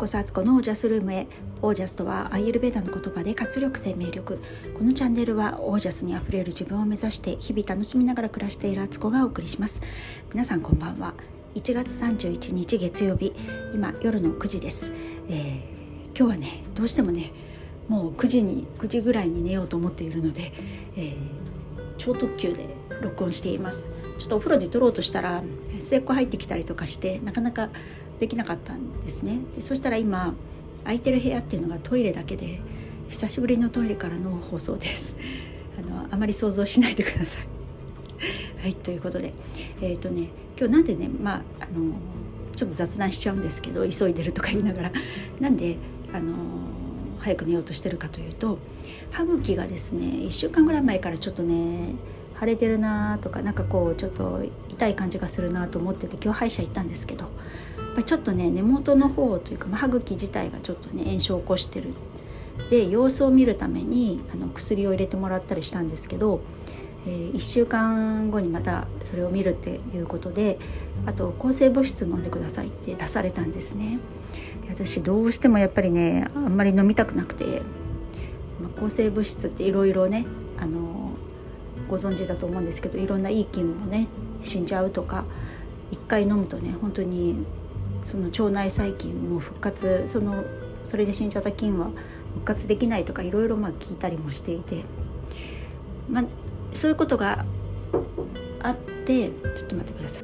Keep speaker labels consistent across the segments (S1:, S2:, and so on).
S1: こそアツコのオージャスルームへ。オージャスとはアーユルヴェーダの言葉で活力、生命力。このチャンネルはオージャスにあふれる自分を目指して日々楽しみながら暮らしているアツコがお送りします。皆さんこんばんは。1月31日月曜日、今夜の9時です。今日はね、どうしてもね、もう9時ぐらいに寝ようと思っているので、超特急で録音しています。ちょっとお風呂で撮ろうとしたら末っ子入ってきたりとかしてなかなかできなかったんですね。でそしたら今空いてる部屋っていうのがトイレだけで、久しぶりのトイレからの放送です。あまり想像しないでください。はい、ということで今日なんでね、ちょっと雑談しちゃうんですけど、急いでるとか言いながらなんで早く寝ようとしてるかというと、歯茎がですね1週間ぐらい前からちょっとね腫れてるなとか、なんかこうちょっと痛い感じがするなと思ってて、今日歯医者行ったんですけど、ちょっとね根元の方というか、歯茎自体がちょっとね炎症を起こしてる。で様子を見るために薬を入れてもらったりしたんですけど、1週間後にまたそれを見るっていうことで、あと抗生物質飲んでくださいって出されたんですね。で私どうしてもやっぱりねあんまり飲みたくなくて、抗生物質っていろいろねご存知だと思うんですけど、いろんないい菌もね死んじゃうとか、一回飲むとね本当にその腸内細菌も復活、それで死んじゃった菌は復活できないとか、いろいろ聞いたりもしていて、そういうことがあって、ちょっと待ってください。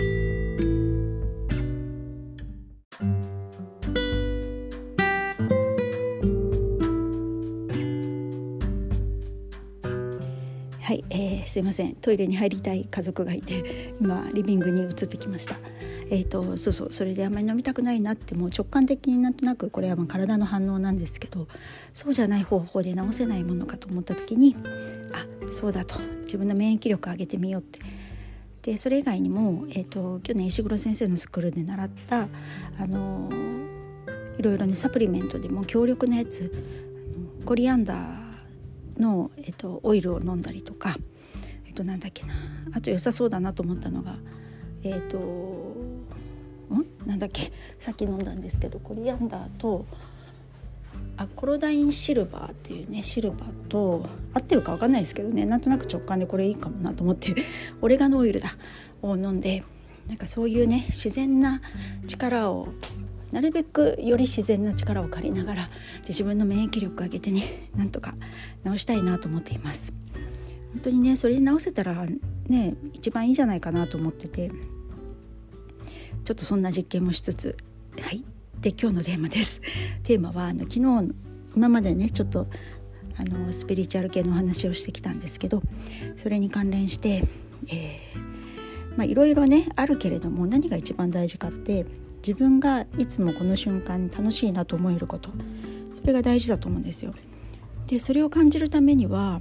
S1: はい、すいません、トイレに入りたい家族がいて今リビングに移ってきました。それであんまり飲みたくないなって、もう直感的になんとなくこれは体の反応なんですけど、そうじゃない方法で治せないものかと思った時に、そうだと、自分の免疫力上げてみようって。でそれ以外にも、去年石黒先生のスクールで習ったいろいろねサプリメントでも強力なやつ、コリアンダーの、オイルを飲んだりとか、なんだっけな、あと良さそうだなと思ったのがなんだっけ、さっき飲んだんですけど、コリアンダーとコロダインシルバーっていうね、シルバーと合ってるか分かんないですけどね、なんとなく直感でこれいいかもなと思ってオレガノオイルを飲んで、なんかそういうね自然な力をなるべくより自然な力を借りながらで自分の免疫力を上げてね、なんとか治したいなと思っています。本当にねそれで治せたらね一番いいんじゃないかなと思ってて、ちょっとそんな実験もしつつ、はい。で今日のテーマです。テーマは昨日今までねちょっとスピリチュアル系の話をしてきたんですけど、それに関連していろいろねあるけれども、何が一番大事かって、自分がいつもこの瞬間楽しいなと思えること、それが大事だと思うんですよ。でそれを感じるためには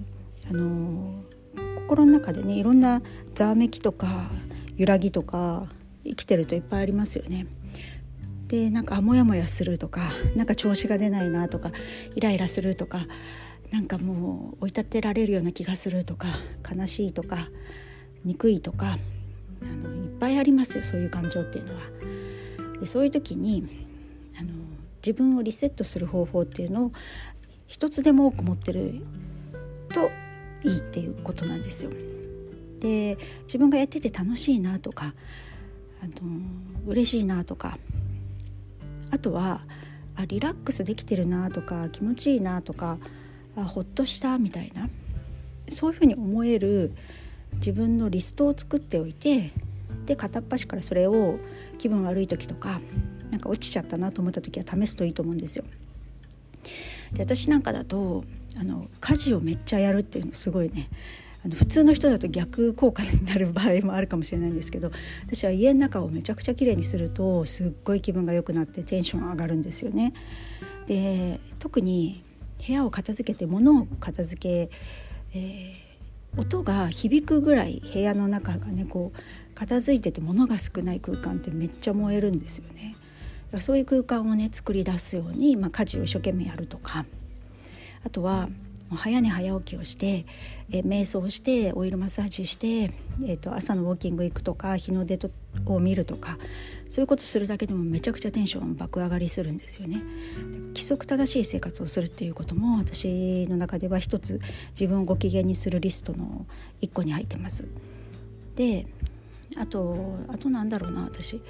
S1: 心の中でねいろんなざわめきとか揺らぎとか生きてるといっぱいありますよね。でなんかモヤモヤするとか、なんか調子が出ないなとか、イライラするとか、なんかもう追い立てられるような気がするとか、悲しいとか憎いとかいっぱいありますよ、そういう感情っていうのは。でそういう時に自分をリセットする方法っていうのを一つでも多く持ってるといいっていうことなんですよ。で自分がやってて楽しいなとか嬉しいなとか、あとはリラックスできてるなとか、気持ちいいなとか、ほっとしたみたいな、そういうふうに思える自分のリストを作っておいて、で片っ端からそれを気分悪い時とか、なんか落ちちゃったなと思った時は試すといいと思うんですよ。で私なんかだと家事をめっちゃやるっていうのすごいね、普通の人だと逆効果になる場合もあるかもしれないんですけど、私は家の中をめちゃくちゃきれいにするとすっごい気分が良くなってテンション上がるんですよね。で特に部屋を片付けて物を片付け、音が響くぐらい部屋の中がねこう片付いてて物が少ない空間ってめっちゃ燃えるんですよね。だからそういう空間をね作り出すように、家事を一生懸命やるとか、あとは早寝早起きをして、瞑想してオイルマッサージして、朝のウォーキング行くとか、日の出とを見るとか、そういうことするだけでもめちゃくちゃテンション爆上がりするんですよね。規則正しい生活をするっていうことも私の中では一つ自分をご機嫌にするリストの一個に入ってます。で、あとなんだろうな、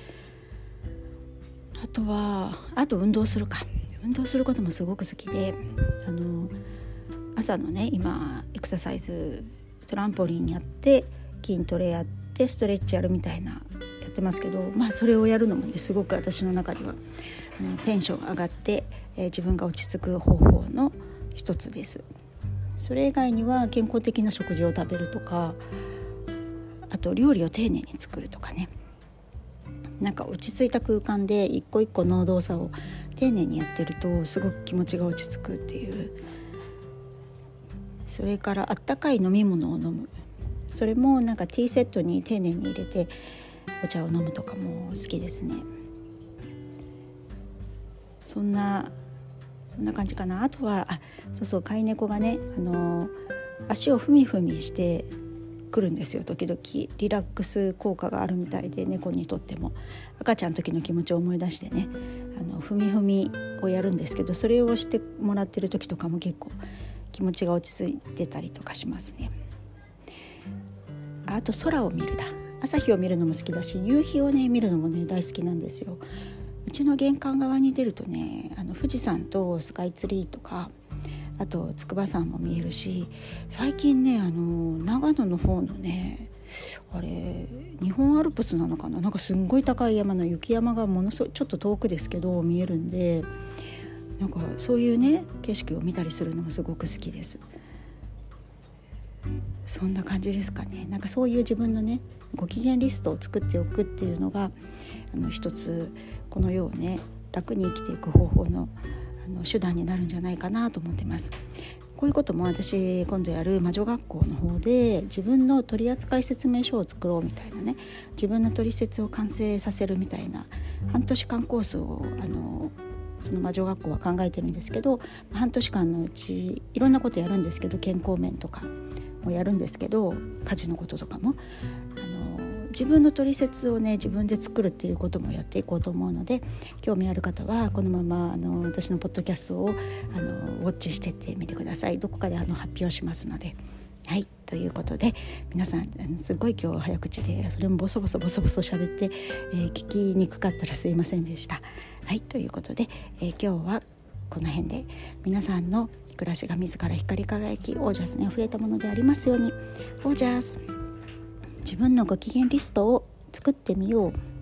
S1: あと運動することもすごく好きで、朝のね、今エクササイズ、トランポリンやって筋トレやってストレッチやるみたいなやってますけど、それをやるのもね、すごく私の中ではテンション上がって、自分が落ち着く方法の一つです。それ以外には健康的な食事を食べるとか、あと料理を丁寧に作るとかね、なんか落ち着いた空間で一個一個の動作を丁寧にやってるとすごく気持ちが落ち着くっていう。それからあったかい飲み物を飲む、それもなんかティーセットに丁寧に入れてお茶を飲むとかも好きですね。そんな感じかな。あとは飼い猫がね、足をふみふみしてくるんですよ。時々リラックス効果があるみたいで、猫にとっても赤ちゃんの時の気持ちを思い出してね、ふみふみをやるんですけど、それをしてもらってる時とかも結構気持ちが落ち着いてたりとかしますね。あと空を見る朝日を見るのも好きだし、夕日をね見るのもね大好きなんですよ。うちの玄関側に出るとね、富士山とスカイツリーとか、あと筑波山も見えるし、最近ね長野の方のね、あれ日本アルプスなのかな、なんかすんごい高い山の雪山がものすごいちょっと遠くですけど見えるんで、なんかそういうね景色を見たりするのもすごく好きです。そんな感じですかね。なんかそういう自分のねご機嫌リストを作っておくっていうのが一つこの世をね楽に生きていく方法の手段になるんじゃないかなと思ってます。こういうことも私今度やる魔女学校の方で自分の取扱説明書を作ろうみたいなね、自分の取説を完成させるみたいな半年間コースをその魔女学校は考えてるんですけど、半年間のうちいろんなことやるんですけど、健康面とかもやるんですけど、家事のこととかも自分の取説をね自分で作るっていうこともやっていこうと思うので、興味ある方はこのまま私のポッドキャストをウォッチしてってみてください。どこかで発表しますので。はい、ということで皆さんすごい今日早口で、それもボソボソ喋って、聞きにくかったらすいませんでした。はい、ということで、今日はこの辺で皆さんの暮らしが自ら光り輝きオージャスにあふれたものでありますように。オージャス、自分のご機嫌リストを作ってみよう。